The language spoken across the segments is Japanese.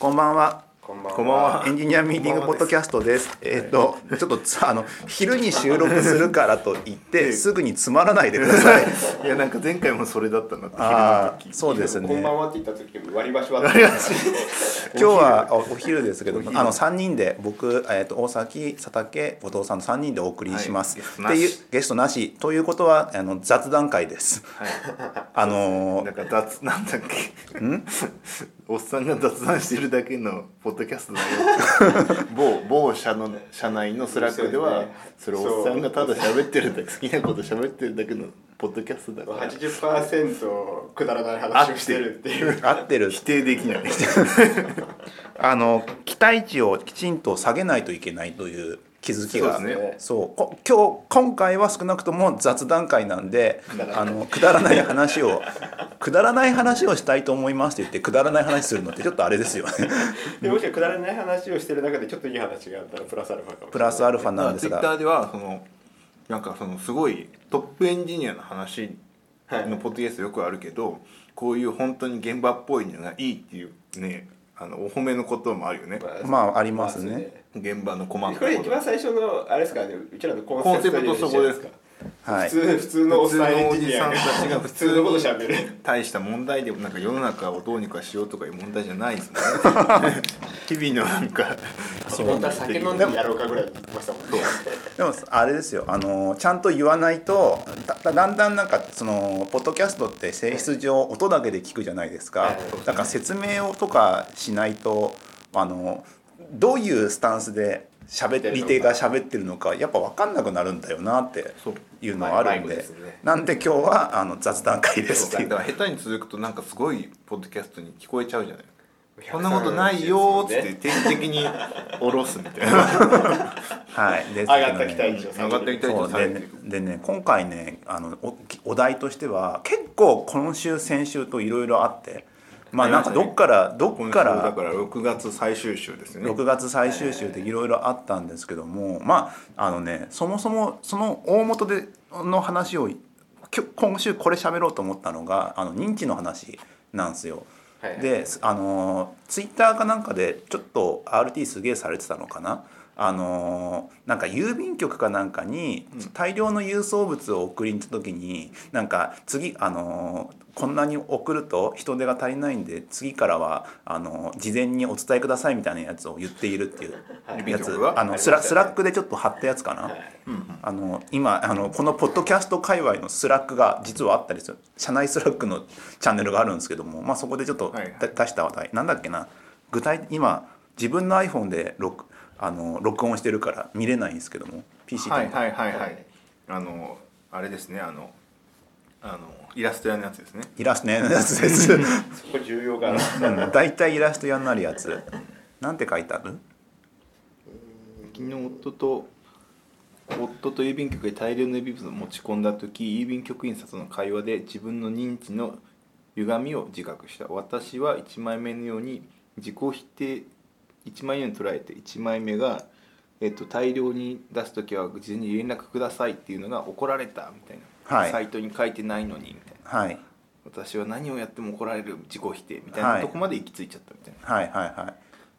こんばんは。 こんばんは。 エンジニアミーティングポッドキャストです。ちょっと昼に収録するからといってすぐにつまらないでください。 いやなんか前回もそれだったなって昼あの時。 そうですね。 こんばんはって言った時割り箸は今日はお昼ですけど、3人で僕、大崎、佐竹、後藤さんの3人でお送りします。 はい、 ゲストなしということは雑談会です。 はい、なんかなんだっけおっさんが雑談してるだけのポッドキャストだよ某社内のスラックではそれおっさんがただ喋ってるだけ好きなこと喋ってるだけのポッドキャストだから 80% くだらない話をしてるっていう合ってる否定できない期待値をきちんと下げないといけないという気づきが今回は少なくとも雑談会なんでくだらない話をしたいと思いますって言ってくだらない話するのってちょっとあれですよねでもしくだらない話をしてる中でちょっといい話があったらプラスアルファかもしれない。 プラスアルファなんですが、 ツイッターではなんかすごいトップエンジニアの話のポッドキャストよくあるけど、こういう本当に現場っぽいのがいいっていうねお褒めのこともあるよね。 まあありますね。 現場の困ったこれ一番最初のあれですかね、うちらのコンセプトそこですか。 はい、 普通のおっさんエンジニアが普通のおじさんたちが普通のことしゃべる大した問題でもなんか世の中をどうにかしようとかいう問題じゃないですね日々のなんか本当は酒飲んでやろうかぐらい言ってましたもんね。 でもあれですよ、ちゃんと言わないとだんだんなんかポッドキャストって性質上音だけで聞くじゃないですか。だから説明をとかしないとどういうスタンスで喋り手が喋ってるのかやっぱ分かんなくなるんだよなっていうのはあるんで、なんで今日は雑談会ですっていう。 だから下手に続くとなんかすごいポッドキャストに聞こえちゃうじゃない。こんなことないよーっつって定期的に下ろすみたいなはい上がった期待値を上がった期待値を下げていく。 でね、今回ねお題としては結構今週先週といろいろあって、まあなんかどっからだから6月最終週ですね。 6月最終週でいろいろあったんですけども、まあそもそもその大元での話を今週これ喋ろうと思ったのが認知の話なんですよ。でツイッターかなんかでちょっと RT すげえされてたのかな。なんか郵便局かなんかに大量の郵送物を送りに行った時になんか次こんなに送ると人手が足りないんで次からは事前にお伝えくださいみたいなやつを言っているっていうやつ、スラックでちょっと貼ったやつかな。今このポッドキャスト界隈のスラックが実はあったりする、社内スラックのチャンネルがあるんですけども、まあ、そこでちょっと出した話題なんだっけな。今自分の iPhone で録音してるから見れないんですけども PC とかあれですねイラスト屋のやつですね。 イラスト屋のやつですそこ重要かな。 だいたいイラスト屋になるやつなんて書いてある？ 昨日夫と郵便局へ大量の郵便物を持ち込んだ時、郵便局員さんとの会話で自分の認知の歪みを自覚した。私は1枚目のように自己否定1枚目に捉えて1枚目が、大量に出す時は事前に連絡くださいっていうのが怒られたみたいな、 はい、 サイトに書いてないのにみたいな、 はい、 私は何をやっても怒られる自己否定みたいなとこまで行き着いちゃったみたいな、 はいはいはい、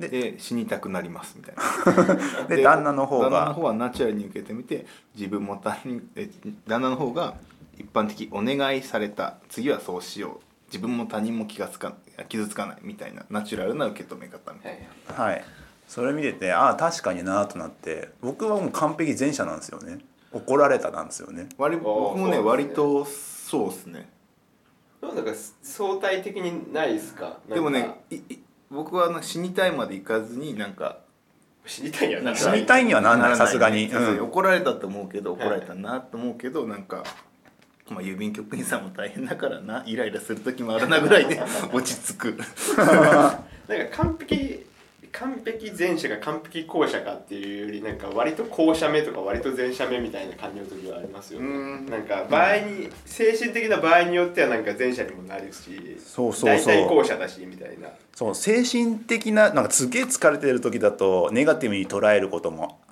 で死にたくなりますみたいなで旦那の方はナチュラルに受け止めて自分も旦那の方が一般的お願いされた次はそうしよう自分も他人も傷つかないみたいなナチュラルな受け止め方みたいな、 はい、それ見てて確かになとなって、僕はもう完璧前者なんですよね。怒られたなんですよね。 僕もね割とそうですね。 なんか相対的にないですか。 でもね僕は死にたいまでいかずになんか死にたいにはなんないさすがに、 怒られたと思うけど怒られたなと思うけどなんか郵便局員さんも大変だからなイライラする時もあるなぐらいで落ち着くなんか完璧前者か完璧後者かっていうよりなんか割と後者目とか割と前者目みたいな感じの時はありますよね。なんか精神的な場合によってはなんか前者にもなるし、大体後者だしみたいな。 そう精神的ななんかすげえ疲れてる時だとネガティブに捉えることも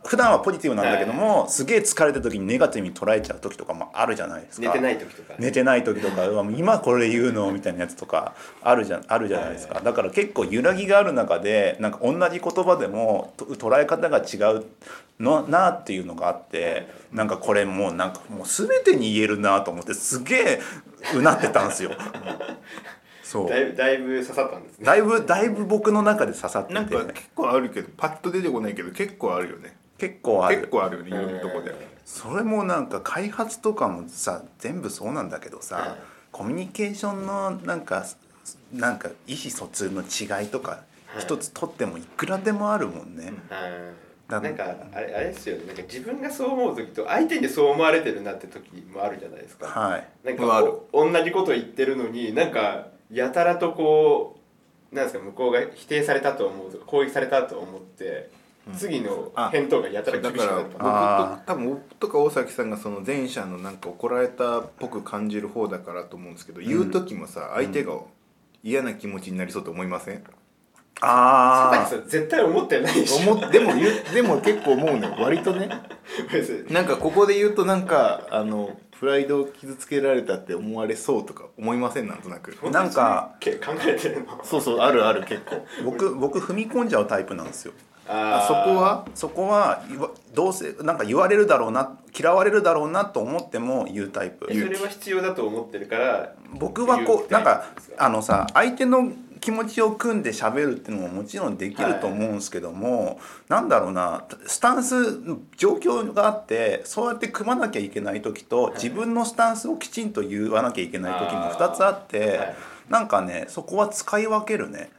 普段はポジティブなんだけども、すげえ疲れた時にネガティブに捉えちゃう時とかもあるじゃないですか。 寝てない時とか、 寝てない時とかうわ今これ言うのみたいなやつとかあるじゃないですか。だから結構揺らぎがある中でなんか同じ言葉でも捉え方が違うのなっていうのがあって、なんかこれもうなんかもう全てに言えるなと思ってすげえうなってたんですよ。そうだいぶ刺さったんですね。 だいぶ僕の中で刺さってて、 なんか結構あるけどパッと出てこないけど結構あるよね。 結構あるよね、いろんなとこで。 それもなんか開発とかもさ全部そうなんだけどさ、コミュニケーションのなんか意思疎通の違いとか一つとってもいくらでもあるもんね。 なんかあれですよね、なんか自分がそう思う時と相手にそう思われてるなって時もあるじゃないですか。 はい。 なんか同じこと言ってるのになんかやたらとこうなんですか、向こうが否定されたと思うとか攻撃されたと思って、次の返答がやたら厳しくなった。 だから多分僕とか大崎さんがその前者のなんか怒られたっぽく感じる方だからと思うんですけど、言う時もさ相手が嫌な気持ちになりそうと思いません？ ああ、絶対思ってないでしょ。 でも結構思うね、割とね。なんかここで言うとなんかプライドを傷つけられたって思われそうとか思いません？なんとなくなんか考えてるの。 そうある結構僕踏み込んじゃうタイプなんですよ。そこはどうせなんか言われるだろうな、嫌われるだろうなと思っても言うタイプ。 それは必要だと思ってるから僕はこうなんかさ相手の気持ちを組んで喋るっていうのももちろんできると思うんですけども、なんだろうな、スタンス状況があってそうやって組まなきゃいけない時と自分のスタンスをきちんと言わなきゃいけない時も2つあって、なんかねそこは使い分けるね。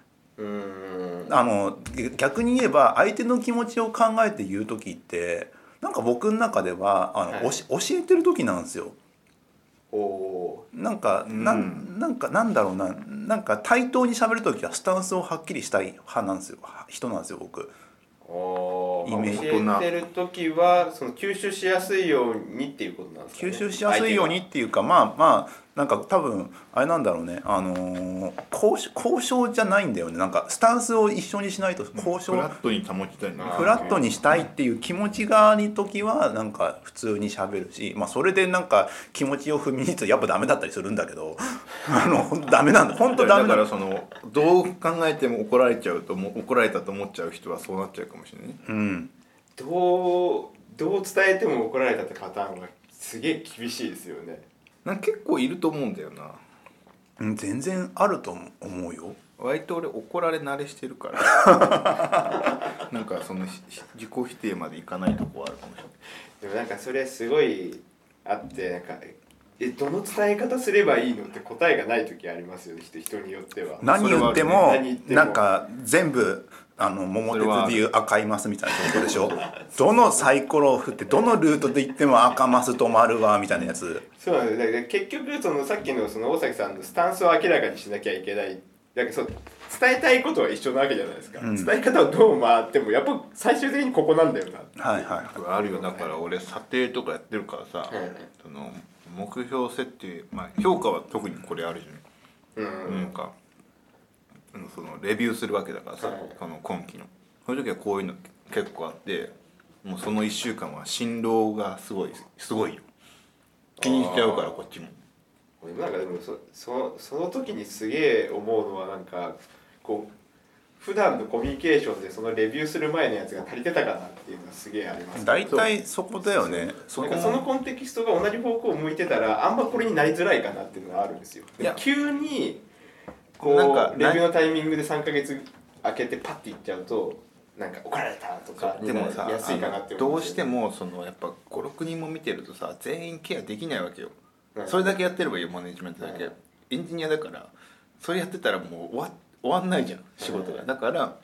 逆に言えば相手の気持ちを考えて言う時ってなんか僕の中では教えてる時なんですよ。なんだろうな、なんか対等に喋る時はスタンスをはっきりしたい派なんですよ、人なんですよ僕。 イメージ教えてる時はその吸収しやすいようにっていうことなんですかね。 吸収しやすいようにっていうか、まあなんか多分あれなんだろうね、交渉じゃないんだよね。なんかスタンスを一緒にしないと交渉、 フラットに保ちたいな、 フラットにしたいっていう気持ちがある時はなんか普通に喋るし、それでなんか気持ちを踏みに行くとやっぱダメだったりするんだけどダメなんだ、本当ダメなんだ。 だからどう考えても怒られたと思っちゃう人はそうなっちゃうかもしれないね。 どう伝えても怒られたってパターンはすげえ厳しいですよね。 なんか結構いると思うんだよな。 全然あると思うよ。 割と俺怒られ慣れしてるからなんか自己否定までいかないとこはあるかもしれない。 でもなんかそれすごいあって、なんかどの伝え方すればいいのって答えがない時ありますよね、人によっては。 何言ってもなんか全部桃鉄でいう赤いマスみたいなことでしょどのサイコロを振ってどのルートで行っても赤マス止まるわみたいなやつ。 そうなんです。だから結局さっきの大崎さんのスタンスを明らかにしなきゃいけない。だから伝えたいことは一緒なわけじゃないですか、伝え方をどう回ってもやっぱ最終的にここなんだよな。 あるよ。だから俺査定とかやってるからさ、目標設定、評価は特にこれあるじゃん。なんかレビューするわけだからさ、今期のそういう時はこういうの結構あって、もうその1週間は心労がすごいよ。気にしちゃうからこっちも。 なんかでもその時にすげえ思うのはなんかこう普段のコミュニケーションでそのレビューする前のやつが足りてたかなっていうのはすげえあります。 大体そこだよね。 そのコンテキストが同じ方向を向いてたらあんまこれになりづらいかなっていうのがあるんですよ。急にこうレビューのタイミングで3ヶ月空けてパッていっちゃうとなんか怒られたとかになりやすいかなって思う。 どうしてもやっぱ56人も見てるとさ全員ケアできないわけよ。それだけやってればいいよ、マネジメントだけ。エンジニアだからそれやってたらもう終わんないじゃん仕事が。だから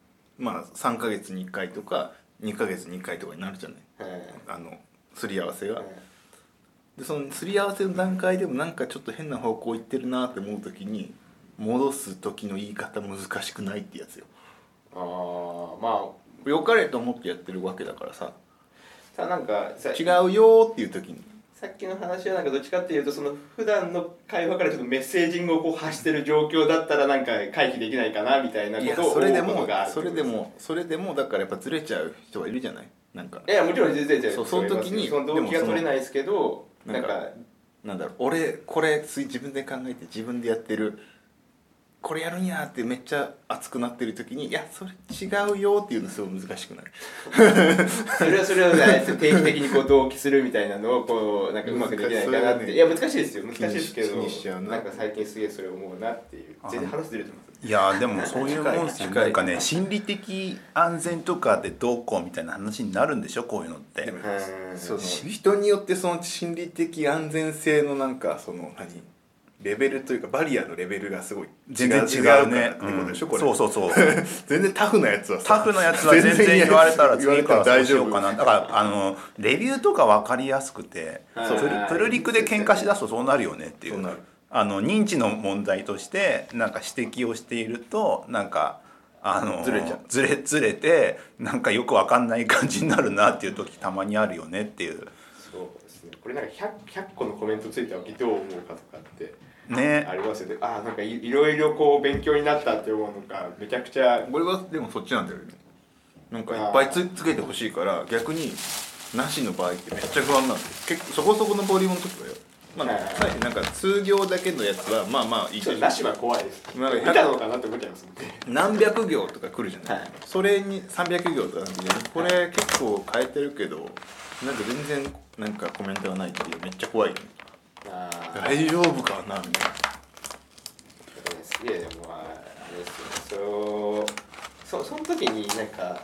3ヶ月に1回とか2ヶ月に1回とかになるじゃない、すり合わせが。でそのすり合わせの段階でもなんかちょっと変な方向行ってるなって思う時に戻す時の言い方難しくないってやつよ。良かれと思ってやってるわけだからさ。 なんか違うよっていう時にさっきの話はなんかどっちかっていうと普段の会話からちょっとメッセージングを発してる状況だったらなんか回避できないかなみたいなことを思うことがある。 それでもだからやっぱずれちゃう人はいるじゃない。 なんかいやもちろん全然その時にその動機が取れないですけど、なんかなんだろう、俺これ自分で考えて自分でやってる、これやるんやってめっちゃ熱くなってる時に、いやそれ違うよっていうのすごい難しくなるそれをね定期的にこう同期するみたいなのをこうなんかうまくできないかなって、いや難しいですよ、難しいですけど、なんか最近すげえそれ思うなっていう。全然話ずれてます。 いやでもそういうもんですよ。なんかね、心理的安全とかでどうこうみたいな話になるんでしょ、こういうのって。 その人によってその心理的安全性のなんかそのレベルというかバリアのレベルがすごい全然違うね。 ってことでしょ、これ。 そう全然タフなやつはタフなやつは全然言われたら次からそうしようかな。だからレビューとか分かりやすくて、プルリクで喧嘩しだすとそうなるよねっていう。認知の問題としてなんか指摘をしているとなんかずれてなんかよく分かんない感じになるなっていう時たまにあるよねっていう。 そうですね。これなんか100個のコメントついたわけどう思うかとかってねありますよね。なんかいろいろこう勉強になったって思うのか、めちゃくちゃ。 俺はでもそっちなんだよね。なんかいっぱいつけてほしいから逆になしの場合ってめっちゃ不安なんですよ。結構そこそこのボリュームの時はよ。まあ、なんか数行だけのやつはまあまあいいけど、 なしは怖いです。見たのかなって思っちゃいますもんね。 何百行とか来るじゃない、それに300行とかなんで、これ結構変えてるけどなんか全然なんかコメントがないっていうめっちゃ怖いよね。大丈夫かなみたいな。 すげえでもあれですよね。その時になんか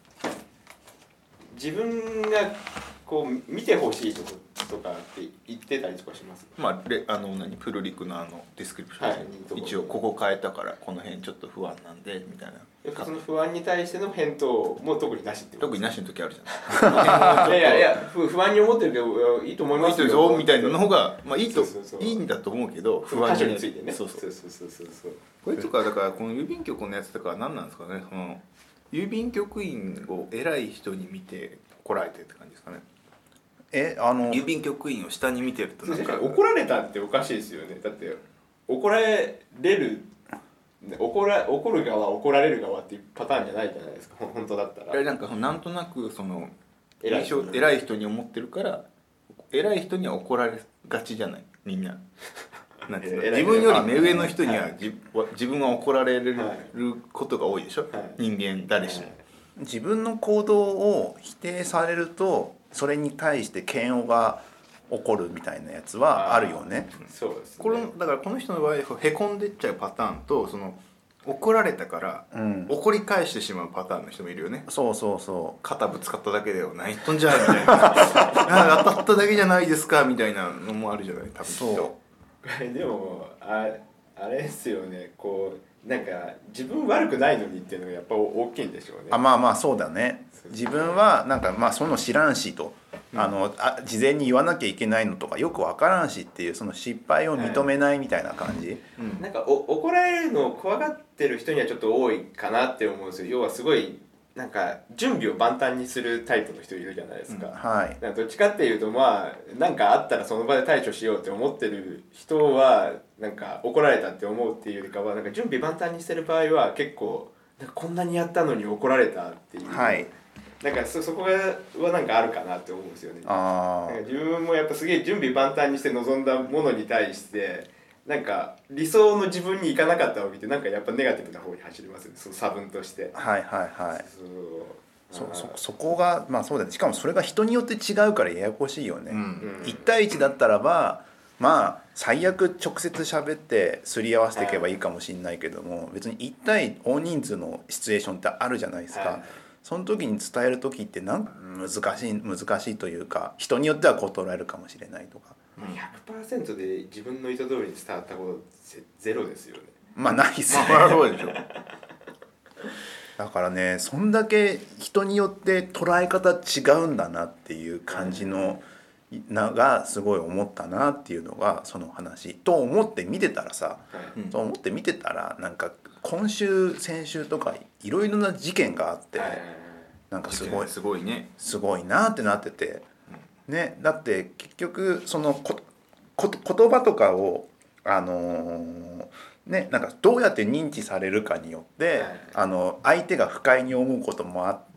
自分がこう見てほしいとことかって言ってたりとかします？ まあプルリクのディスクリプション、一応ここ変えたからこの辺ちょっと不安なんでみたいな。 その不安に対しての返答も特になしってこと？ 特になしの時あるじゃない。 いや不安に思ってるけどいいと思いますよみたいなの方がまあいいんだと思うけど、 不安についてね。そうこれとかだからこの郵便局のやつとかは何なんですかね。その郵便局員を偉い人に見て怒られてるって感じですかね。郵便局員を下に見てるとなんか怒られたっておかしいですよね。だって怒られる怒る側怒られる側っていうパターンじゃないじゃないですか、本当だったら。 なんとなくその偉い人に思ってるから偉い人には怒られがちじゃないみんな。なんていうの、自分より目上の人には自分は怒られることが多いでしょ、人間誰しも。 自分の行動を否定されるとそれに対して嫌悪が起こるみたいなやつはあるよね。 そうですね。 だからこの人の場合へこんでっちゃうパターンと、その怒られたから怒り返してしまうパターンの人もいるよね。 そう肩ぶつかっただけではないとんじゃいみたいな当たっただけじゃないですかみたいなのもあるじゃない、多分。 そうでもあれですよね、こうなんか自分悪くないのにっていうのがやっぱ大きいんでしょうね。 まあそうだね。自分はなんかその知らんしと、事前に言わなきゃいけないのとかよく分からんしっていうその失敗を認めないみたいな感じ、 なんか怒られるのを怖がってる人にはちょっと多いかなって思うんですよ。要はすごいなんか準備を万端にするタイプの人いるじゃないですか、なんかどっちかっていうとなんかあったらその場で対処しようって思ってる人はなんか怒られたって思うっていうよりかは、なんか準備万端にしてる場合は結構なんかこんなにやったのに怒られたっていう、なんかそこはなんかあるかなって思うんですよね。なんか自分もやっぱすげえ準備万端にして臨んだものに対してなんか理想の自分にいかなかったを見てなんかやっぱネガティブな方に走りますね、その差分として。 そこがそうだね。しかもそれが人によって違うからややこしいよね、1対1だったらば最悪直接喋ってすり合わせていけばいいかもしれないけども、別に1対大人数のシチュエーションってあるじゃないですか、その時に伝える時って難しいというか、人によってはこう捉えるかもしれないとか、 100% で自分の意図通りに伝わったことゼロですよね。 ないっすね。だからね、そんだけ人によって捉え方違うんだなっていう感じのがすごい思ったなっていうのがその話と思って見てたらさ、なんか今週先週とかいろいろな事件があって、なんかすごいなってなってて、ね、だって結局その言葉とかをなんかどうやって認知されるかによって、相手が不快に思うことも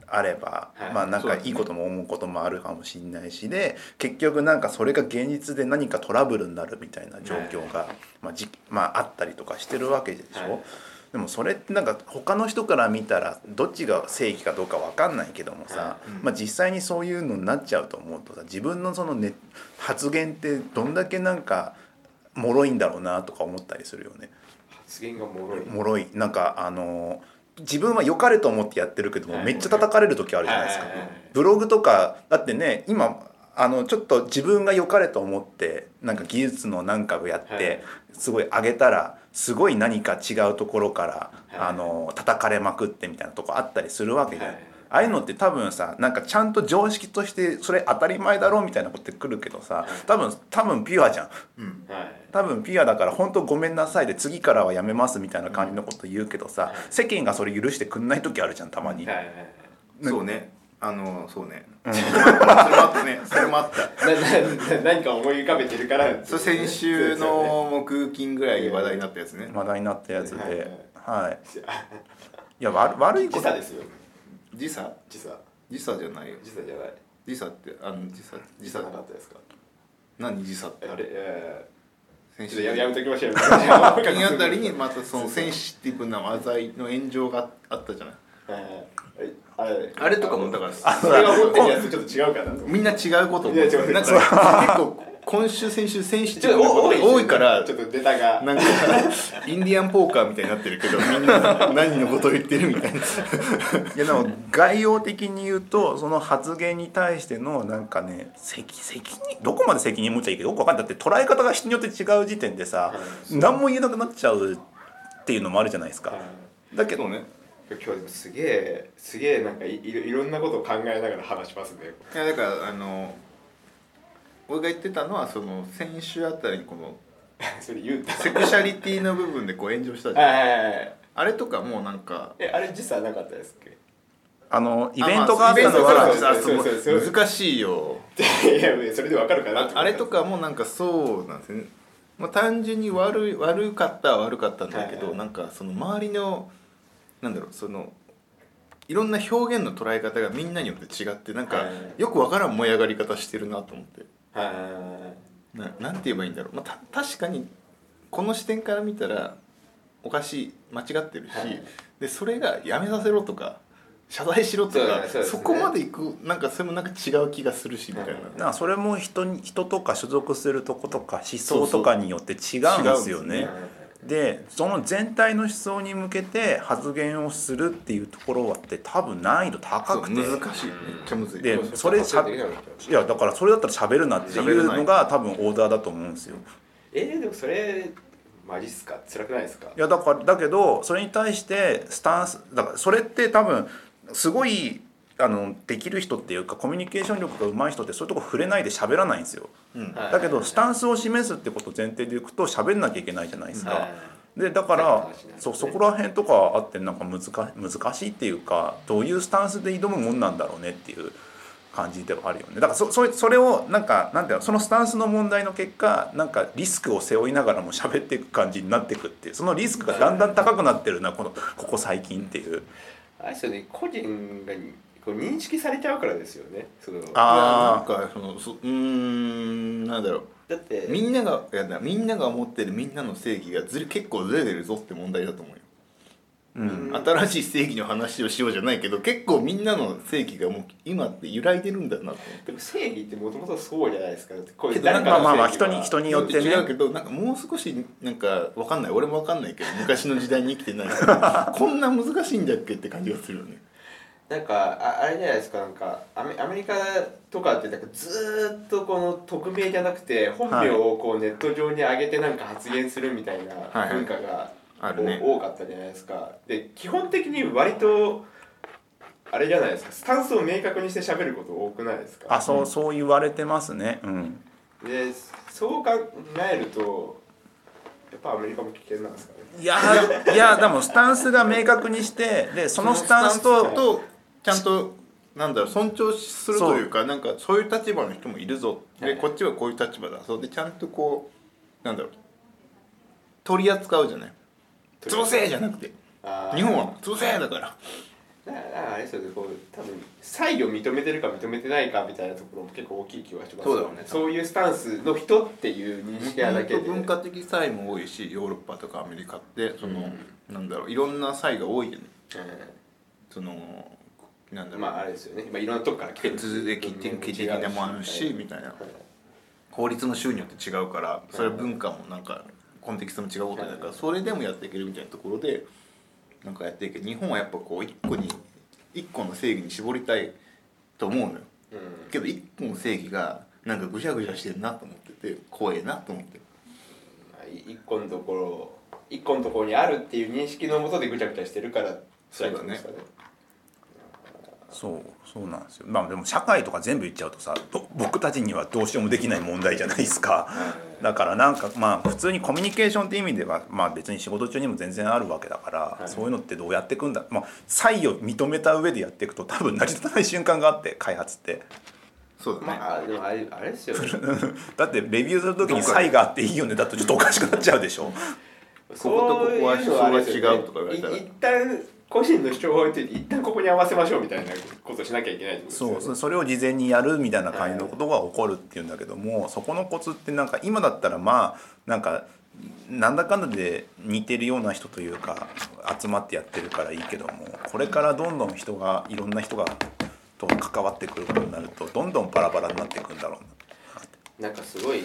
あれば、 はいまあなんかいいことも思うこともあるかもしれないしで、結局なんかそれが現実で何かトラブルになるみたいな状況が、まああったりとかしてるわけでしょ、 はいでもそれってなんか他の人から見たらどっちが正義かどうか分かんないけどもさ、まあ、実際にそういうのになっちゃうと思うとさ、自分のその、ね、発言ってどんだけなんか脆いんだろうなとか思ったりするよね。 発言が脆い。 脆いなんか自分は良かれと思ってやってるけども、めっちゃ叩かれる時あるじゃないですか。ブログとかだってね、今ちょっと自分が良かれと思ってなんか技術のなんかをやってすごい上げたらすごい何か違うところから叩かれまくってみたいなとこあったりするわけじゃん。ああいうのって多分さ、なんかちゃんと常識としてそれ当たり前だろうみたいなことってくるけどさ、多分ピュアじゃん。多分ピュアだから本当ごめんなさいで次からはやめますみたいな感じのこと言うけどさ、世間がそれ許してくんない時あるじゃん、たまに。 そうね、そうね、それもあったね、それもあった何か思い浮かべてるから。 それ先週の木金ぐらいに話題になったやつね。 話題になったやつで、はい。いや悪いこと。 時差ですよ。 時差じゃないよ。 時差じゃない。 時差って時差なかったですか。 何時差って。 あれ先週やめときましょう。 金あたりにまたそのセンシティブな話題の炎上があったじゃない。あれとかもだからそれが思ってるやつとちょっと違うかなと。 みんな違うこと思う。 なんか結構今週先週センシティブなことが多いからちょっとネタがなんかインディアンポーカーみたいになってるけど、みんな何のことを言ってるみたいな。いやでも概要的に言うと、その発言に対してのなんかね、責任どこまで責任持っちゃいいけどよく分かんない。だって捉え方が人によって違う時点でさ、何も言えなくなっちゃうっていうのもあるじゃないですか。だけどね、 今日でもすげえなんかいろんなことを考えながら話しますね。 いやだから俺が言ってたのはその先週あたりにこのそれ言うたセクシャリティの部分でこう炎上したじゃん。あれとかもうなんかあれ実際なかったですっけ。 イベントがあったのは難しいよ。 いやそれでわかるかなって。 あれとかもなんかそうなんですね。まあ単純に悪かったは悪かったんだけど、なんかその周りのなんだろう、そのいろんな表現の捉え方がみんなによって違って、なんかよくわからん燃え上がり方してるなと思って。なんて言えばいいんだろう、まあ、確かにこの視点から見たらおかしい、間違ってるし、でそれがやめさせろとか謝罪しろとか そこまでいく、なんかそれもなんか違う気がするしみたいな、 それも人とか所属するとことか思想とかによって違うんですよね。でその全体の思想に向けて発言をするっていうところはって多分難易度高くて難しい、めっちゃむずい。 でそれいやだからそれだったら喋るなっていうのが多分オーダーだと思うんですよ。 でもそれマジっすか、辛くないですか。 いやだけどそれに対してスタンスだから、それって多分すごいできる人っていうかコミュニケーション力が上手い人ってそういうとこ触れないで喋らないんですよ。だけどスタンスを示すってことを前提でいくと喋んなきゃいけないじゃないですか。でだからそこら辺とかあってなんか難しいっていうか、どういうスタンスで挑むもんなんだろうねっていう感じではあるよね。だからそれをなんていうの、そのスタンスの問題の結果なんかリスクを背負いながらも喋っていく感じになっていくっていう、そのリスクがだんだん高くなってるなここ最近っていう。 あれですよね、個人がこう認識されちゃうからですよね。 なんかなんだろう、 だってみんなが思ってるみんなの正義が結構ずれてるぞって問題だと思うよ。新しい正義の話をしようじゃないけど、結構みんなの正義がもう今って揺らいでるんだなと思って。 でも正義ってもともとそうじゃないですか。 けどまあ人によってね違うけど、なんかもう少しなんかわかんない、俺もわかんないけど昔の時代に生きてないからこんな難しいんだっけって感じがするよね。 なんかあれじゃないですか、なんかアメリカとかってなんかずっとこの匿名じゃなくて本名をこうネット上に上げてなんか発言するみたいな文化が多かったじゃないですか。で基本的に割とあれじゃないですか、スタンスを明確にして喋ること多くないですか。 そう言われてますね。 でそう考えるとやっぱアメリカも危険なんですかね。 いやでもスタンスが明確にして、でそのスタンスとちゃんとなんだろう、尊重するというか、なんかそういう立場の人もいるぞ、でこっちはこういう立場だそうで、ちゃんとこうなんだろう取り扱うじゃない、潰せじゃなくて、日本は潰せだからだからあれですよね、こう多分差異を認めてるか認めてないかみたいなところも結構大きい気はしますよね。そういうスタンスの人っていう認識なだけで。 文化的差異も多いし、ヨーロッパとかアメリカってその、なんだろう、いろんな差異が多いよね。そのなんだろう、 まああれですよね。いろんなとこから来てる。 血液的なもあるしみたいな。法律の州によって違うから、それは文化もなんかコンテキストも違うことだから、それでもやっていけるみたいなところでなんかやっていける。日本はやっぱこう一個の正義に絞りたいと思うのよ、けど一個の正義がなんかぐちゃぐちゃしてるなと思ってて怖えなと思ってる。 一個のところにあるっていう認識のもとでぐちゃぐちゃしてるからそうだね。 そうなんですよ。まあでも社会とか全部言っちゃうとさ、僕たちにはどうしようもできない問題じゃないですか。だからなんかまあ普通にコミュニケーションっていう意味ではまあ別に仕事中にも全然あるわけだから、そういうのってどうやっていくんだ、まあ差異を認めた上でやっていくと多分成り立たない瞬間があって、開発って。 そうだね。 まあでもあれですよね。 だってレビューする時に差異があっていいよねだとちょっとおかしくなっちゃうでしょ。 こことここは主張が違うとか言われたら、 一旦個人の主張を置いて一旦ここに合わせましょうみたいなことをしなきゃいけないってことですよね。 それを事前にやるみたいな感じのことが起こるっていうんだけども、そこのコツってなんか今だったらまあなんかなんだかんだで似てるような人というか集まってやってるからいいけども、これからどんどんいろんな人がと関わってくることになるとどんどんバラバラになっていくんだろうな。なんかすごい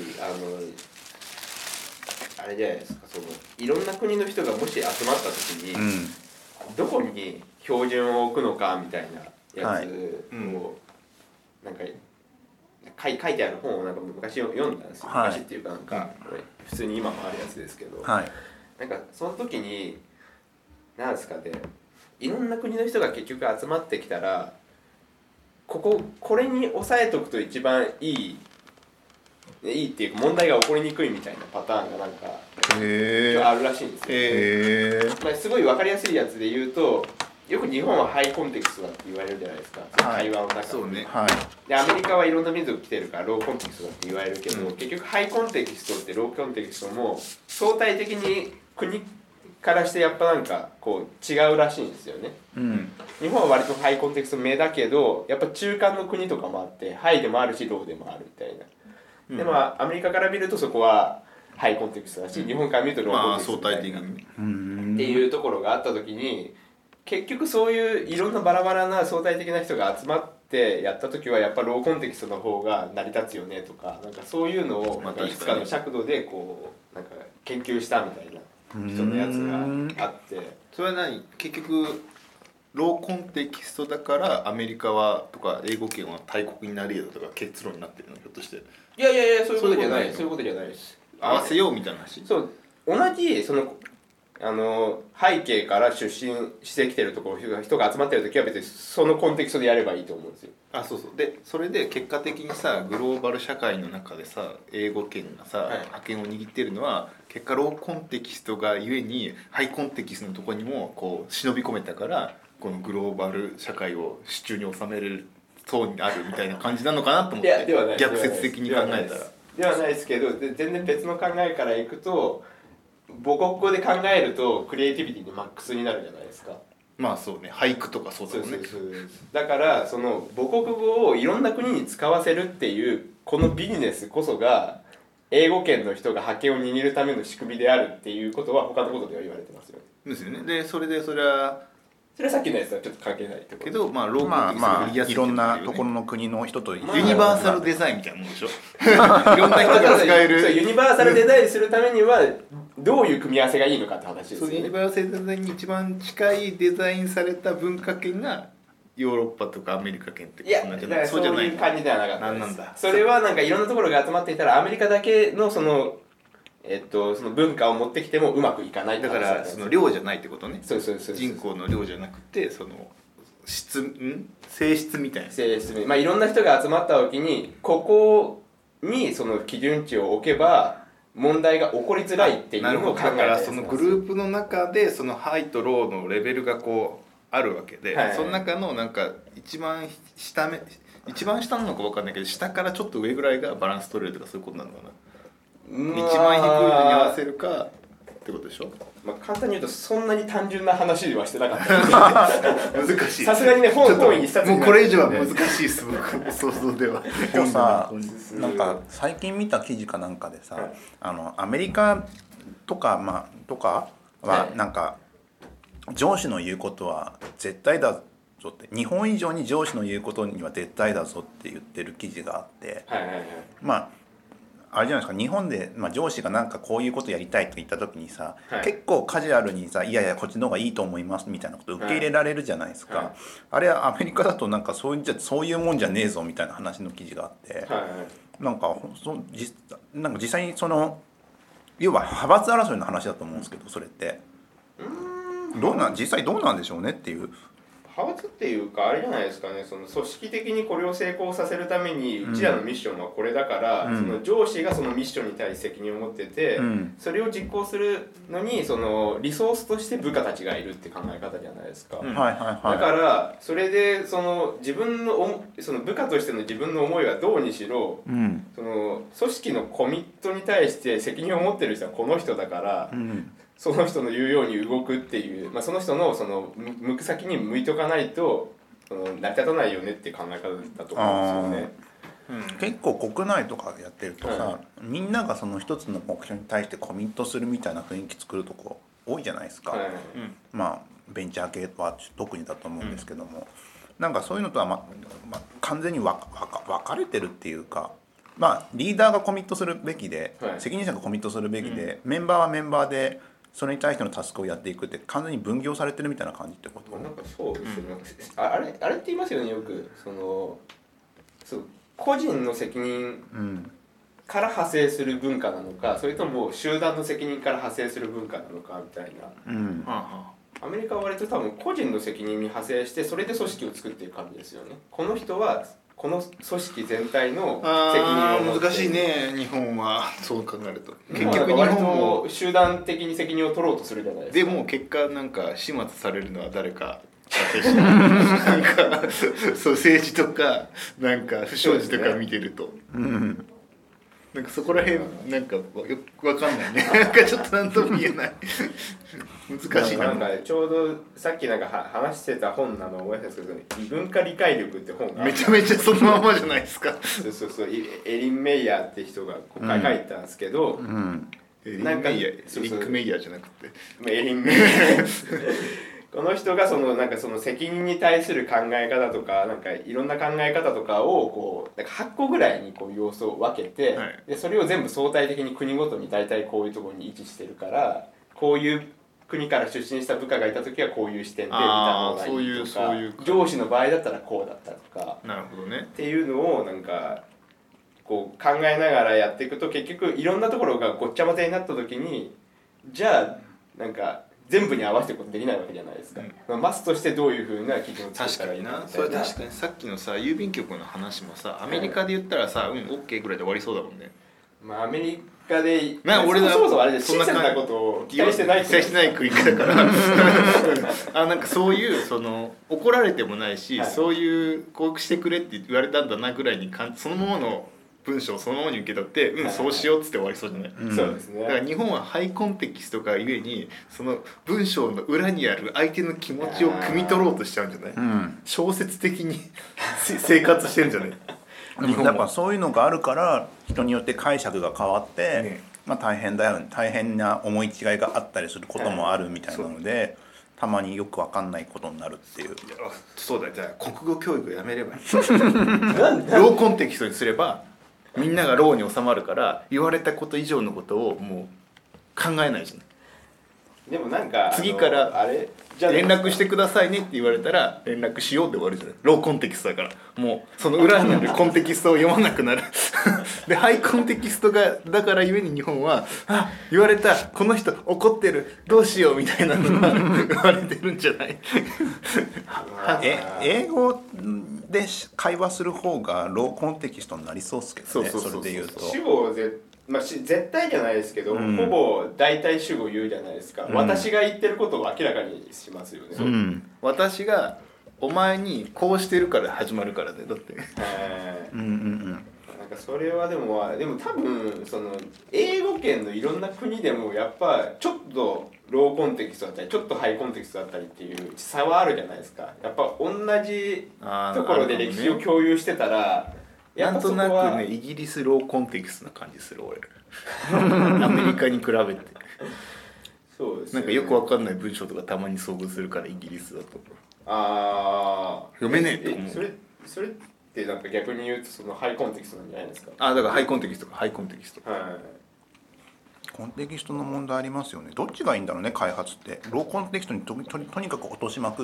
あれじゃないですか、そのいろんな国の人がもし集まった時に、どこに標準を置くのかみたいなやつを、なんか書いてある本をなんか昔読んだんですよ、昔っていうかなんか、普通に今もあるやつですけど、なんかその時になんですかね、いろんな国の人が結局集まってきたらこれに抑えとくと一番いいっていうか問題が起こりにくいみたいなパターンがなんかあるらしいんですよ。すごい分かりやすいやつで言うと、よく日本はハイコンテクストだって言われるじゃないですか、会話の中で。でアメリカはいろんな民族来てるからローコンテクストだって言われるけど、結局ハイコンテキストってローコンテキストも相対的に国からしてやっぱなんかこう違うらしいんですよね。日本は割とハイコンテクスト目だけど、やっぱ中間の国とかもあって、ハイでもあるしローでもあるみたいな。でもアメリカから見るとそこはハイコンテクストだし、日本から見るとローコンテクストみたいなっていうところがあった時に、結局そういういろんなバラバラな相対的な人が集まってやった時はやっぱローコンテクストの方が成り立つよねとか、なんかそういうのをなんかいくつかの尺度でこうなんか研究したみたいな人のやつがあって、 それは結局ローコンテキストだからアメリカはとか英語圏は大国になれるとか結論になってるのひょっとして。 いやそういうことじゃない、そういうことじゃないです。 合わせようみたいな話。 そう同じその背景から出身してきてるところ人が集まってる時は別にそのコンテキストでやればいいと思うんですよ。 そうでそれで結果的にさ、グローバル社会の中でさ英語圏がさ、覇権を握ってるのは結果ローコンテキストがゆえにハイコンテキストのところにもこう忍び込めたから、このグローバル社会を手中に収めれる層にあるみたいな感じなのかなと思って。逆説的に考えたらではないですけど、全然別の考えからいくと母国語で考えるとクリエイティビティのマックスになるじゃないですか。 まあそうね、俳句とかそうだよね。 だからその母国語をいろんな国に使わせるっていうこのビジネスこそが英語圏の人が覇権を握るための仕組みであるっていうことは他のことでは言われてますよね。 ですよね。でそれはさっきのやつはちょっと関係ないところけど、まあローコンテキストが売りやすい、 いろんなところの国の人とユニバーサルデザインみたいなもんでしょ。いろんな人が使えるユニバーサルデザインするためにはどういう組み合わせがいいのかって話ですよね。 ユニバーサルデザインに一番近いデザインされた文化圏がヨーロッパとかアメリカ圏ってことなんじゃない？ そういう感じではなかったです。 なんだ。 それはなんかいろんなところが集まっていたらアメリカだけのその文化を持ってきてもうまくいかない。 だからその量じゃないってことね。 そう人口の量じゃなくてその性質みたいな。 性質、いろんな人が集まった時にここにその基準値を置けば問題が起こりづらいっていうのを考えたやつなんです。 だからそのグループの中でそのハイとローのレベルがこうあるわけで、その中のなんか一番下なのか分かんないけど、下からちょっと上ぐらいがバランス取れるとかそういうことなのかな。一番低いのに合わせるかってってことでしょ。 まあ、簡単に言うとそんなに単純な話はしてなかった難しい。 さすがにね本一冊もうこれ以上は難しいです僕想像では。 でもさなんか最近見た記事かなんかでさ、 はい、 アメリカとかはなんか上司の言うことは絶対だぞって日本以上に上司の言うことには絶対だぞって言ってる記事があって、 はいはいはい、 まああれじゃないですか日本で、上司がなんかこういうことやりたいと言った時にさ、 はい、 結構カジュアルにさいやいやこっちの方がいいと思いますみたいなこと受け入れられるじゃないですか、 はいはい、 あれはアメリカだとなんかそういうもんじゃねえぞみたいな話の記事があって、 はいはい、 なんか実際にその要は派閥争いの話だと思うんですけどそれって実際どうなんでしょうねっていう。 派閥っていうかあれじゃないですかねその組織的にこれを成功させるためにうちらのミッションはこれだから、その上司がそのミッションに対して責任を持ってて、それを実行するのにそのリソースとして部下たちがいるって考え方じゃないですか、だからそれでその自分のその部下としての自分の思いはどうにしろ、その組織のコミットに対して責任を持ってる人はこの人だから、その人の言うように動くっていう、その人のその向く先に向いておかないとその成り立たないよねっていう考え方だと思うんですよね。 結構国内とかやってるとさ、みんながその一つの目標に対してコミットするみたいな雰囲気作るとこ多いじゃないですか、ベンチャー系は特にだと思うんですけども、なんかそういうのとは、完全に分かれてるっていうか、リーダーがコミットするべきで、責任者がコミットするべきで、メンバーはメンバーでそれに対してのタスクをやっていくって完全に分業されてるみたいな感じってこと？ なんかそうですよね、あれって言いますよねよくそう個人の責任から派生する文化なのか、それとも集団の責任から派生する文化なのかみたいな、アメリカは割と多分個人の責任に派生してそれで組織を作っていく感じですよね。この人はこの組織全体の責任を持って。 難しいね日本はそう考えると。 結局日本も集団的に責任を取ろうとするじゃないですか。 でも結果なんか始末されるのは誰かなんかそう政治とかなんか不祥事とか見てると、なんかそこら辺なんかよくわかんないねなんかちょっとなんとも言えない難しいな。 なんかちょうどさっきなんか話してた本なのを思い出したんですけど、異文化理解力って本がめちゃめちゃそのままじゃないですかそうエリン・メイヤーって人が書いたんですけど、 エリン・メイヤーエリック・メイヤーじゃなくてエリン・メイヤーこの人がなんかその責任に対する考え方とかなんかいろんな考え方とかをこうなんか8個ぐらいにこう要素を分けて、でそれを全部相対的に国ごとに大体こういうところに位置してるから、こういう国から出身した部下がいた時はこういう視点で見た方がいいとか、上司の場合だったらこうだったとか、 なるほどねっていうのをなんかこう考えながらやっていくと結局いろんなところがごっちゃ混ぜになった時にじゃあなんか全部に合わせていくことできないわけじゃないですか、マスとしてどういうふうな基準を作ったらいいかみたいな。 確かにさっきのさ郵便局の話もさアメリカで言ったらさOK ぐらいで終わりそうだもんね。 アメリカで俺はそもそもあれで親切なことを期待してない国だからなんかそういう怒られてもないし、そういうこうしてくれって言われたんだなぐらいにそのままの文章をそのままに受け取ってそうしようっつって終わりそうじゃない、 そうですね。 だから日本はハイコンテキストがゆえにその文章の裏にある相手の気持ちを汲み取ろうとしちゃうんじゃない、小説的に生活してるんじゃないやっぱそういうのがあるから人によって解釈が変わって、大変な思い違いがあったりすることもあるみたいなので、たまによく分かんないことになるっていう。 そうだ、じゃあ国語教育やめればいいローコンテキストにすればみんながローに収まるから言われたこと以上のことをもう考えないじゃん。 でもなんか次からあれじゃ連絡してくださいねって言われたら連絡しようで終わるじゃない。ローコンテキストだからもうその裏にあるコンテキストを読まなくなるでハイコンテキストがだからゆえに日本は言われたこの人怒ってるどうしようみたいなのが言われてるんじゃない英語で会話する方がローコンテキストになりそうですけどね。それで言うと主語絶対じゃないですけど、ほぼ大体主語言うじゃないですか、私が言ってることを明らかにしますよね、 私がお前にこうしてるから始まるからでだってなんかそれはでも多分その英語圏のいろんな国でもやっぱちょっとローコンテキストだったりちょっとハイコンテキストだったりっていう差はあるじゃないですか。やっぱ同じところで歴史を共有してたら、やっぱそこはなんとなくねイギリスローコンテキストな感じする俺アメリカに比べてそうですね、 なんかよくわかんない文章とかたまに遭遇するからイギリスだと読めねえって思う。 それってなんか逆に言うとそのハイコンテキストなんじゃないですか。 だからハイコンテキストかハイコンテキスト、 はい、 コンテキストの問題ありますよね。どっちがいいんだろうね、開発って。ローコンテキストにとにかく落としまくって、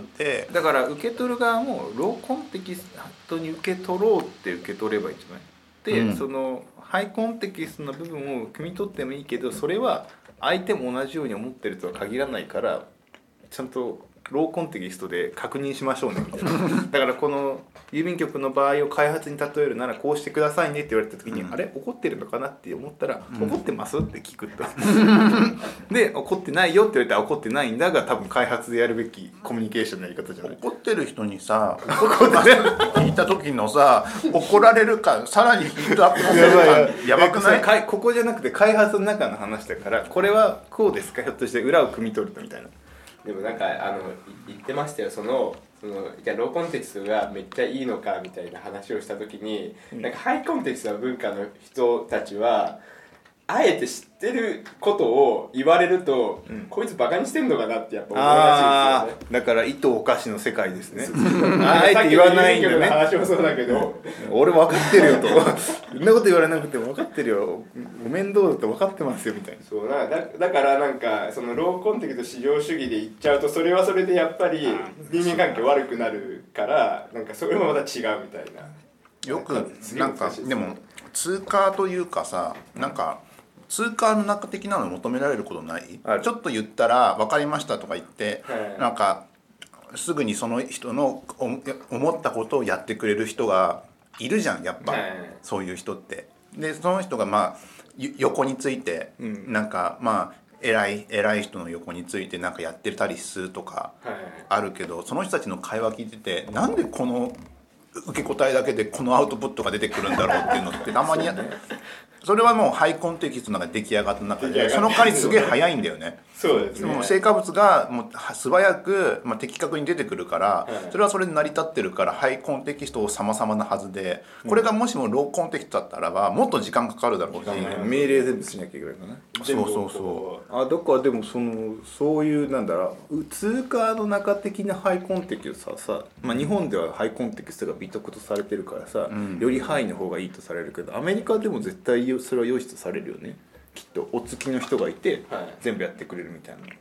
だから受け取る側もローコンテキストに受け取ろうって受け取ればいいんじゃないで、そのハイコンテキストの部分を汲み取ってもいいけど、それは相手も同じように思ってるとは限らないからちゃんとローコンテキストで確認しましょうねみたいなだからこの郵便局の場合を開発に例えるならこうしてくださいねって言われた時に、あれ怒ってるのかなって思ったら、怒ってますって聞くとで怒ってないよって言われたら怒ってないんだが多分開発でやるべきコミュニケーションのやり方じゃない。 怒ってる人にさ怒ってる聞いた時のさ怒られるかさらにヒートアップさせるかやばくない？ ここじゃなくて開発の中の話だからこれはこうですかひょっとして裏を汲み取るとみたいな。 でもなんか言ってましたよ。そのじゃあローコンテキストがめっちゃいいのかみたいな話をした時に、なんかハイコンテキストの文化の人たちはあえて知ってることを言われると、こいつバカにしてんのかなってやっぱ思うらしいですよね。 だから糸お菓子の世界ですねあえて言わないんだね。 話もそうだけど俺分かってるよとそんなこと言われなくても分かってるよご面倒だと分かってますよみたいな。 そうだからなんかそのローコンテキスト至上主義で言っちゃうとそれはそれでやっぱり人間関係悪くなるからなんかそれもまた違うみたいな。 よくなんかでも通貨というかさなんか通貨の中的なのを求められることない？ちょっと言ったら分かりましたとか言って、なんかすぐにその人の思ったことをやってくれる人がいるじゃんやっぱ、そういう人って。でその人がまあ横について、なんかまあ偉い人の横についてなんかやってたりするとかあるけど、その人たちの会話聞いててなんでこの受け答えだけでこのアウトプットが出てくるんだろうっていうのってたまにそれはもうハイコンテキストの中で出来上がった中でその代わりすげえ早いんだよね。 そうですね。 もう成果物がもう素早く、的確に出てくるから、それはそれで成り立ってるからハイコンテキストを様々なはずで、これがもしもローコンテキストだったらばもっと時間かかるだろうし、 命令全部しなきゃいけないかな。 そうだからでもそういうなんだろう通貨の中的なハイコンテキストはさ、日本ではハイコンテキストが美徳とされてるからさ、よりハイの方がいいとされるけどアメリカでも絶対それは良しとされるよね。きっとお付きの人がいて、全部やってくれるみたいな。きっ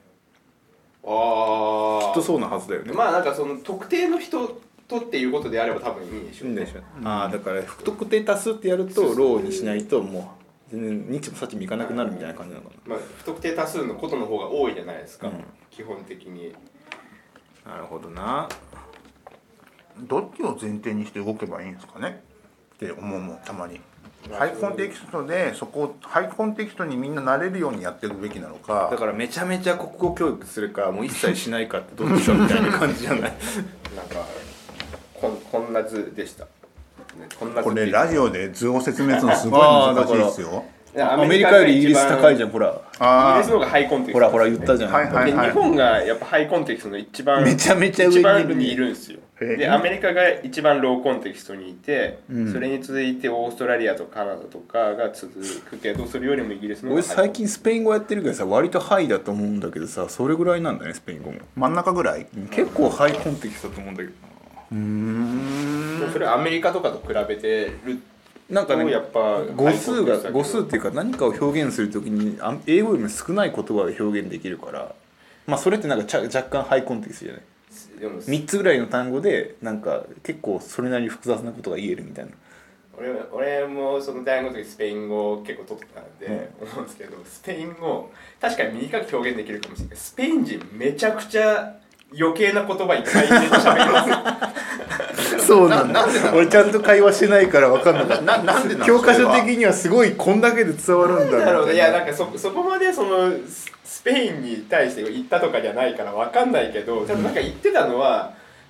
とそうなはずだよね。 なんかその特定の人とっていうことであれば多分いいんでしょうね。 だから不特定多数ってやるとローにしないともう全然日もさっちもいかなくなるみたいな感じなのかな。 不特定多数のことの方が多いじゃないですか、基本的に。 なるほどな。 どっちを前提にして動けばいいんですかねって思うもんたまに。ハイコンテキストでそこをハイコンテキストにみんな慣れるようにやっていくべきなのか、 だからめちゃめちゃ国語教育するかもう一切しないかってどっちかみたいな感じじゃないなんかこんな図でした。 これラジオで図を説明するのすごい難しいですよ。 アメリカよりイギリス高いじゃんほら。 イギリスの方がハイコンテキスト、 ほら言ったじゃん。 で日本がやっぱハイコンテキストの一番めちゃめちゃ一番にいるんですよ。でアメリカが一番ローコンテキストにいて、それに続いてオーストラリアとカナダとかが続くけど、それよりもイギリスの方が俺最近スペイン語やってるけどさ割とハイだと思うんだけどさ、それぐらいなんだねスペイン語も。 真ん中ぐらい結構ハイコンテキストだと思うんだけど。 それアメリカとかと比べてるなんかね、 やっぱ語数っていうか何かを表現するときに英語よりも少ない言葉を表現できるから、それってなんか若干ハイコンテキストじゃない。 でも 3つぐらいの単語でなんか結構それなりに複雑なことが言えるみたいな。 俺もその大学の時スペイン語を結構取ってたんで思うんですけど、スペイン語確かに短く表現できるかもしれない。スペイン人めちゃくちゃ余計な言葉いっぱい入れて喋りますそうなんだ。俺ちゃんと会話してないから分かんなかった。なんで教科書的にはすごいこんだけで伝わるんだなるほど。いやなんかそこまでそのスペインに対して言ったとかじゃないから分かんないけど、多分なんか言ってたのは、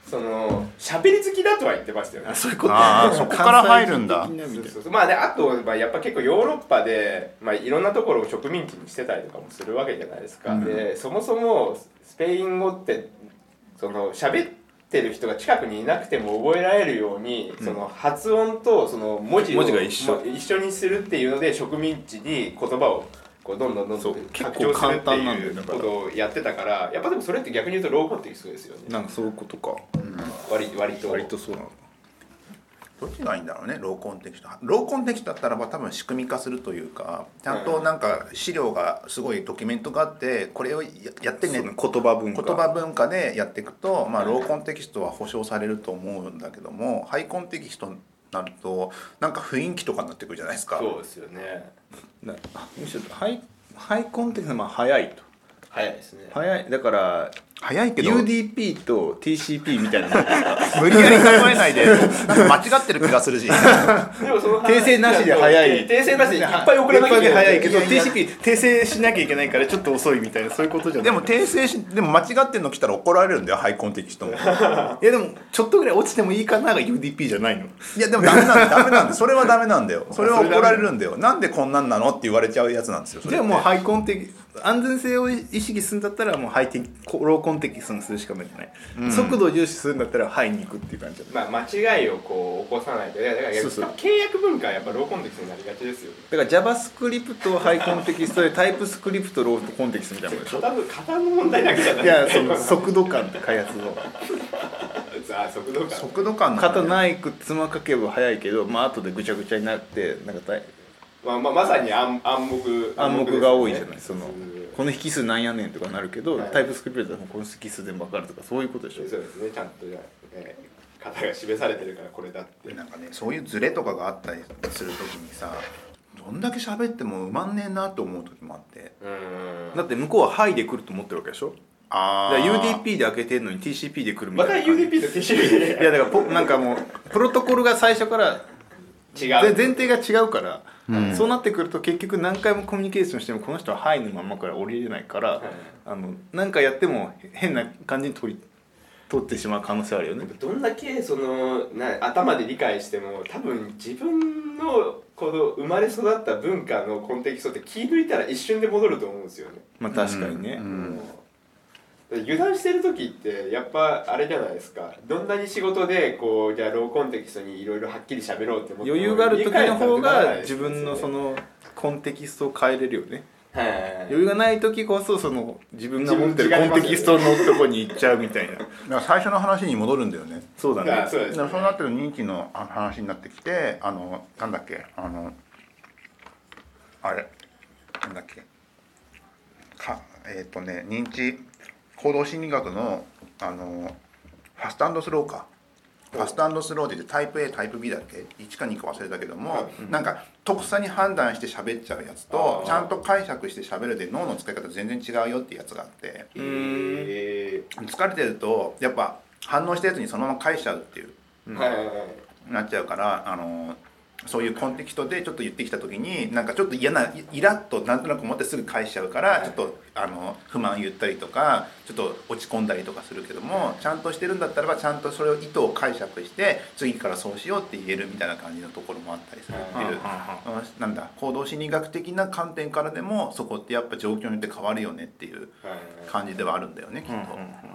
その喋り好きだとは言ってましたよね。 そういうことそこから入るんだ。 そうまあであと、やっぱ結構ヨーロッパで、いろんなところを植民地にしてたりとかもするわけじゃないですか、でそもそもスペイン語ってその喋ってる人が近くにいなくても覚えられるように、その発音とその文字をが一緒にするっていうので植民地に言葉をこうどんどん拡張するっていうことをやってたから、やっぱでもそれって逆に言うとローコンテキストですよね。 なんかそういうことか、 割とそうなの。 どっちがいいんだろうね。ローコンテキストだったらば多分仕組み化するというか、ちゃんとなんか資料がすごいドキュメントがあってこれをやってね、 言葉文化でやっていくと、ローコンテキストは保証されると思うんだけども、ハイコンテキストになるとなんか雰囲気とかになってくるじゃないですか。 そうですよね。 むしろハイコンテキストは早いと。 早いですね。 早いだから早いけど UDP と TCP みたいなもんですか無理やり例えないでなんか間違ってる気がするしでもその訂正なしで早い訂正なしでいっぱい送らなきゃいけない。 早いけど TCP 訂正しなきゃいけないからちょっと遅いみたいな、そういうことじゃない。 でも訂正しでも間違ってるの来たら怒られるんだよ、ハイコンテキストも。いいやでもちょっとぐらい落ちてもいいかなが UDP じゃないの。 やでもダメなんだそれはダメなんだよ。それは怒られるんだよ。なんでこんなんなのって言われちゃうやつなんですよ。 じゃあもうハイコンテキ安全性を意識するんだったらもうローコンテキストにするしかないじゃない、速度を重視するんだったらハイに行くっていう感じだ、 間違いをこう起こさないと。だから契約文化はやっぱローコンテキストになりがちですよ。 だから JavaScript ハイコンテキストでタイプスクリプトローコンテキストみたいなもんでしょ。 型の問題だけじゃない。 いやその速度感って開発の速度感型ないくつまかけば早いけど、後でぐちゃぐちゃになってなんかまさに暗黙が多いじゃない。そのこの引数なんやねんとかなるけど、タイプスクリプトだとこの引数全部分かるとかそういうことでしょ。 そうですね。ちゃんと型が示されてるからこれだって。 なんかね、そういうズレとかがあったりするときにさ、どんだけ喋っても埋まんねえなと思う時もあって。 だって向こうはハイで来ると思ってるわけでしょ。だから UDP で開けてんのに TCP で来るみたいな。 また UDP と TCP で。 いやだからなんかもうプロトコルが最初から違う前提が違うから、そうなってくると結局何回もコミュニケーションしてもこの人はハイのままから降りれないから、何かやっても変な感じに取ってしまう可能性あるよね。 どんだけ頭で理解しても多分自分のこの生まれ育った文化のコンテキストって気抜いたら一瞬で戻ると思うんですよね。 確かにね、 油断してる時ってやっぱあれじゃないですか。どんなに仕事でこうじゃあローコンテキストにいろいろはっきり喋ろうって思っても余裕がある時の方が自分のそのコンテキストを変えれるよね。余裕がない時こそその自分が持ってるコンテキストのとこに行っちゃうみたいな。 だから最初の話に戻るんだよね。 そうだね。 そうですね。 そうなってる認知の話になってきて、なんだっけあれなんだっけ認知行動心理学のファスト&スローか。ファスト&スローって言ってタイプ A タイプ B だっけ1か2か忘れたけども、なんかとっさに判断して喋っちゃうやつとちゃんと解釈して喋るで脳の使い方全然違うよっていうやつがあって、疲れてるとやっぱ反応したやつにそのまま返しちゃうっていう、なっちゃうからそういうコンテキストでちょっと言ってきた時になんかちょっとイラッとなんとなく思ってすぐ返しちゃうから、ちょっと不満言ったりとかちょっと落ち込んだりとかするけども、ちゃんとしてるんだったらばちゃんとそれを意図を解釈して次からそうしようって言えるみたいな感じのところもあったりするっていう、なんだ行動心理学的な観点からでもそこってやっぱ状況によって変わるよねっていう感じではあるんだよね、きっと。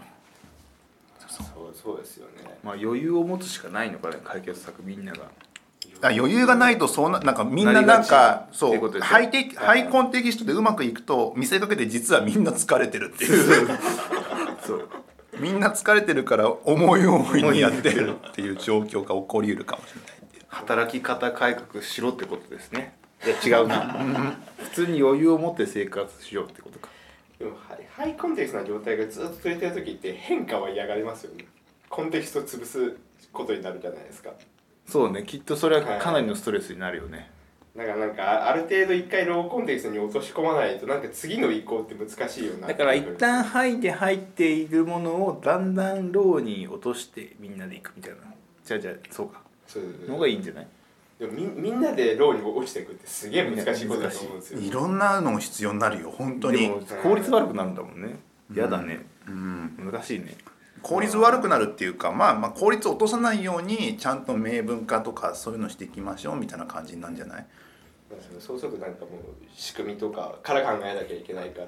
そうですよね。 余裕を持つしかないのかね、解決策みんなが。 余裕がないとなんかみんななんかそうハイコンテキストでうまくいくと見せかけて実はみんな疲れてるっていうそうみんな疲れてるから思い思いにやってるっていう状況が起こりうるかもしれない。 働き方改革しろってことですね。いや違うな普通に余裕を持って生活しようってことか。 でもハイコンテキストな状態がずっと続いてる時って変化は嫌がりますよね。コンテキストを潰すことになるじゃないですか。 そうね、きっとそれはかなりのストレスになるよね。 なんかある程度一回ローコンテキストに落とし込まないとなんか次の移行って難しいよな。 だから一旦ハイで入っているものをだんだんローに落としてみんなでいくみたいな。じゃあそうか。のがいいんじゃない？ でもみんなでローに落ちていくってすげえ難しいことだと思うんですよ。 いろんなの必要になるよ本当に。 でも効率悪くなるんだもんね。嫌だね。難しいね。 効率悪くなるっていうか、まあ効率を落とさないようにちゃんと明文化とかそういうのしていきましょうみたいな感じなんじゃない？ そうするとなんかもう仕組みとかから考えなきゃいけないから、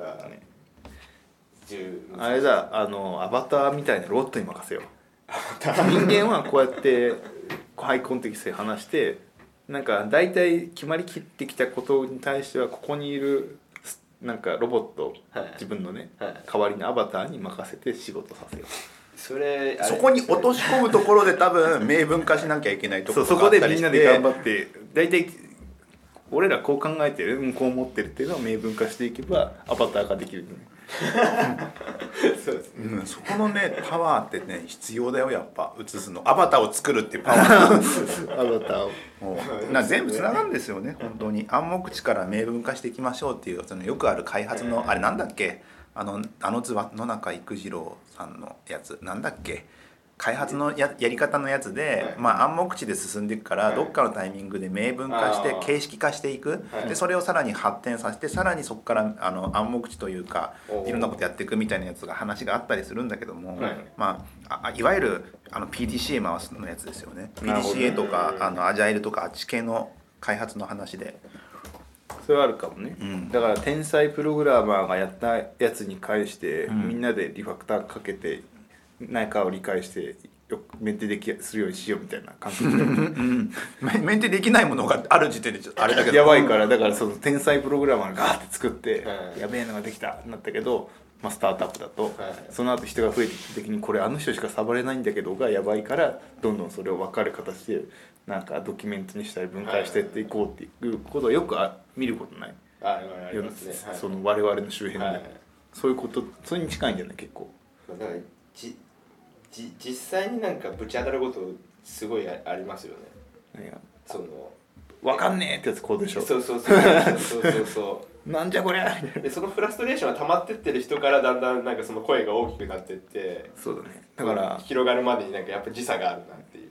あれだ、アバターみたいなロボットに任せよう。人間はこうやってハイコンテキストで話して、なんか大体決まりきってきたことに対してはここにいるなんかロボット、自分のね、代わりのアバターに任せて仕事させよう。 そこに落とし込むところで多分明文化しなきゃいけないところがあったりして、 そこでみんなで頑張って大体俺らこう考えてる、こう思ってるっていうのを明文化していけばアバターができるね。 そうですね、 そこのねパワーってね必要だよ、やっぱ映すのアバターを作るっていうパワーアバターを全部つながるんですよね本当に。暗黙知から明文化していきましょうっていう、そのよくある開発のあれなんだっけ、あの図は野中育次郎さんのやつなんだっけ、開発の やり方のやつで、暗黙知で進んでいくから、どっかのタイミングで明文化して形式化していく、でそれをさらに発展させて、さらにそこから暗黙知というかいろんなことやっていくみたいなやつが話があったりするんだけども、いわゆるPDCA 回すのやつですよね。PDCA とかアジャイルとかあっち系の開発の話で。 それはあるかもね、だから天才プログラマーがやったやつに関して、みんなでリファクターかけて何かを理解してメンテするようにしようみたいな感覚でメンテできないものがある時点でちょっとあれだけどやばいから、だからその天才プログラマーがガーって作って、やべえのができたってなったけど、スタートアップだと、その後人が増えてきた時にこれあの人しか触れないんだけどがやばいから、どんどんそれを分かる形でなんかドキュメントにしたり分解していっていこうっていうことはよく見ることない。 ありますね、 その我々の周辺で、そういうこと、それに近いんじゃない結構。 だから実際になんかぶち当たることすごいありますよね。その分かんねえってやつこうでしょ。 そうなんじゃこりゃでそのフラストレーションが溜まってってる人からだんだんなんかその声が大きくなってって、 そうだね、だから広がるまでになんかやっぱ時差があるなっていう、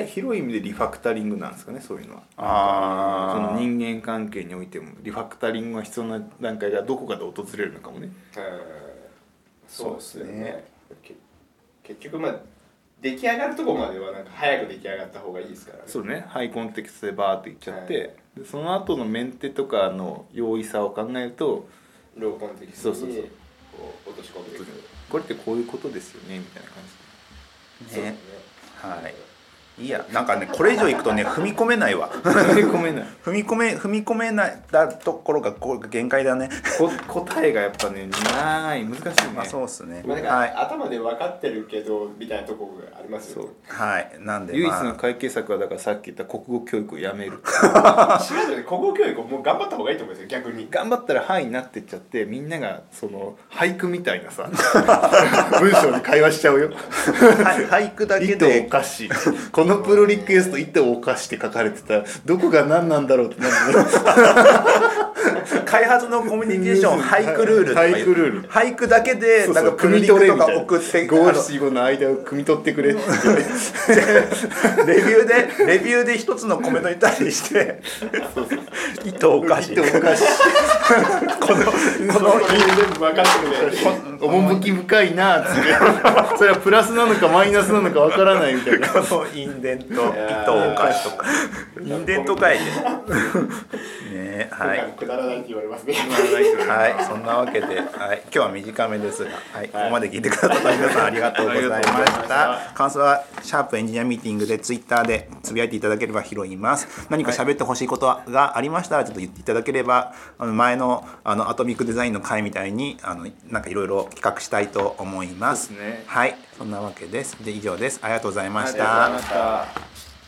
広い意味でリファクタリングなんですかね、そういうのは。その人間関係においてもリファクタリングが必要な段階がどこかで訪れるのかもね。 そうですね。結局出来上がるところまではなんか早く出来上がった方がいいですからね。 そうね、ハイコンテキストでバーっていっちゃって、でその後のメンテとかの容易さを考えるとローコンテキストに落とし込んでいく。 これってこういうことですよねみたいな感じね。はい。いやなんかねこれ以上いくとね踏み込めないわ。 踏み込めない。 踏み込めないところが限界だね。 答えがやっぱね難しいね。 そうですね。 なんか頭で分かってるけどみたいなところがありますよね。 はい。なんで唯一の解決策はだからさっき言った国語教育をやめる。 国語教育をもう頑張った方がいいと思うんですよ逆に。 頑張ったら範囲になってっちゃってみんながその俳句みたいなさ文章に会話しちゃうよ。 俳句だけでおかしい。このプロリクエスト糸をおかして書かれてたどこが何なんだろうってなる開発のコミュニケーション俳句ルールとか俳句だけでなんか組み取れみたいな送って五七五の間を汲み取ってくれってレビューで一つのコメントに対して糸おかしこの全部分かってるね。 趣深いなっつってそれはプラスなのかマイナスなのか分からないみたいな。 このインデント糸おかしとかインデント書いてね、はい。 くだらないって言われますね。 はい、そんなわけで、はい、今日は短めですが、はい、ここまで聞いてくださった皆さんありがとうございました。感想はシャープエンジニアミーティングでツイッターでつぶやいていただければ拾います。何か喋ってほしいことがありましたらちょっと言っていただければ、前のアトミックデザインの回みたいになんかいろいろ企画したいと思います。 そうですね。 はい、そんなわけです。で以上です。ありがとうございました。 ありがとうございました。